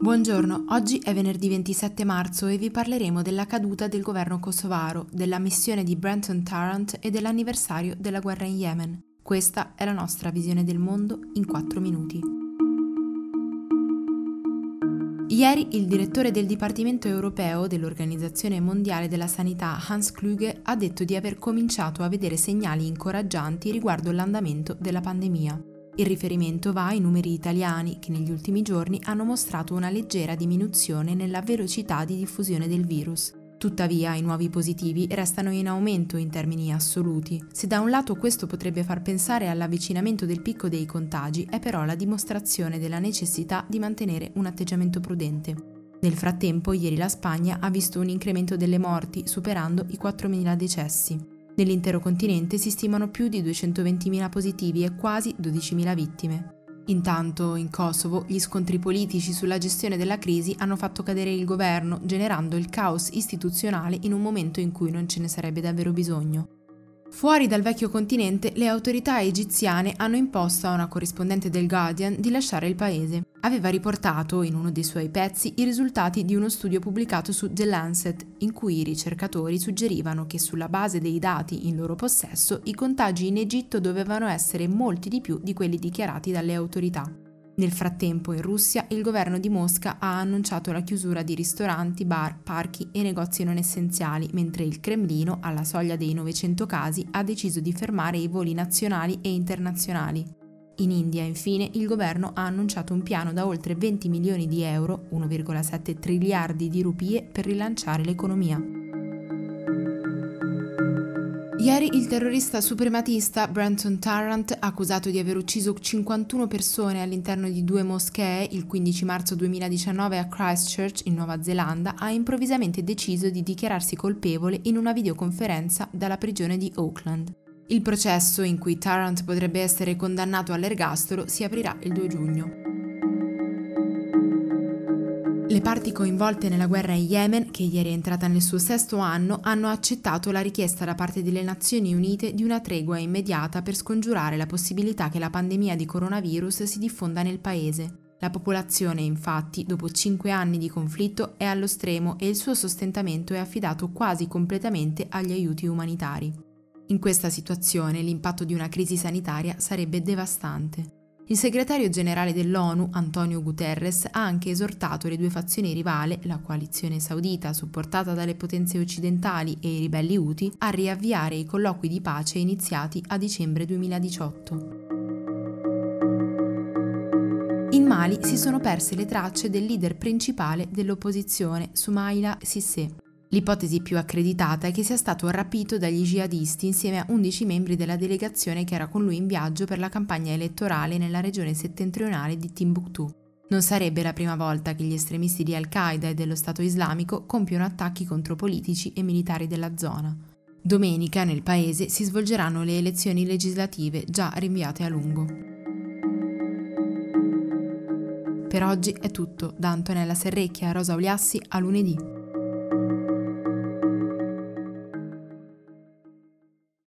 Buongiorno, oggi è venerdì 27 marzo e vi parleremo della caduta del governo kosovaro, della missione di Brenton Tarrant e dell'anniversario della guerra in Yemen. Questa è la nostra visione del mondo in 4 minuti. Ieri il direttore del Dipartimento europeo dell'Organizzazione Mondiale della Sanità Hans Kluge ha detto di aver cominciato a vedere segnali incoraggianti riguardo l'andamento della pandemia. Il riferimento va ai numeri italiani che negli ultimi giorni hanno mostrato una leggera diminuzione nella velocità di diffusione del virus. Tuttavia i nuovi positivi restano in aumento in termini assoluti. Se da un lato questo potrebbe far pensare all'avvicinamento del picco dei contagi, è però la dimostrazione della necessità di mantenere un atteggiamento prudente. Nel frattempo, ieri la Spagna ha visto un incremento delle morti, superando i 4.000 decessi. Nell'intero continente si stimano più di 220.000 positivi e quasi 12.000 vittime. Intanto, in Kosovo, gli scontri politici sulla gestione della crisi hanno fatto cadere il governo, generando il caos istituzionale in un momento in cui non ce ne sarebbe davvero bisogno. Fuori dal vecchio continente, le autorità egiziane hanno imposto a una corrispondente del Guardian di lasciare il paese. Aveva riportato, in uno dei suoi pezzi, i risultati di uno studio pubblicato su The Lancet, in cui i ricercatori suggerivano che sulla base dei dati in loro possesso, i contagi in Egitto dovevano essere molti di più di quelli dichiarati dalle autorità. Nel frattempo, in Russia, il governo di Mosca ha annunciato la chiusura di ristoranti, bar, parchi e negozi non essenziali, mentre il Cremlino, alla soglia dei 900 casi, ha deciso di fermare i voli nazionali e internazionali. In India, infine, il governo ha annunciato un piano da oltre 20 milioni di euro, 1,7 triliardi di rupie, per rilanciare l'economia. Ieri il terrorista suprematista Brenton Tarrant, accusato di aver ucciso 51 persone all'interno di 2 moschee il 15 marzo 2019 a Christchurch, in Nuova Zelanda, ha improvvisamente deciso di dichiararsi colpevole in una videoconferenza dalla prigione di Auckland. Il processo, in cui Tarrant potrebbe essere condannato all'ergastolo, si aprirà il 2 giugno. Le parti coinvolte nella guerra in Yemen, che ieri è entrata nel suo 6º anno, hanno accettato la richiesta da parte delle Nazioni Unite di una tregua immediata per scongiurare la possibilità che la pandemia di coronavirus si diffonda nel paese. La popolazione, infatti, dopo 5 anni di conflitto, è allo stremo e il suo sostentamento è affidato quasi completamente agli aiuti umanitari. In questa situazione l'impatto di una crisi sanitaria sarebbe devastante. Il segretario generale dell'ONU, Antonio Guterres, ha anche esortato le 2 fazioni rivali, la coalizione saudita supportata dalle potenze occidentali e i ribelli Houthi, a riavviare i colloqui di pace iniziati a dicembre 2018. In Mali si sono perse le tracce del leader principale dell'opposizione, Soumaïla Cissé. L'ipotesi più accreditata è che sia stato rapito dagli jihadisti insieme a 11 membri della delegazione che era con lui in viaggio per la campagna elettorale nella regione settentrionale di Timbuktu. Non sarebbe la prima volta che gli estremisti di Al-Qaeda e dello Stato Islamico compiono attacchi contro politici e militari della zona. Domenica nel paese si svolgeranno le elezioni legislative già rinviate a lungo. Per oggi è tutto, da Antonella Serrecchia e Rosa Uliassi, a lunedì.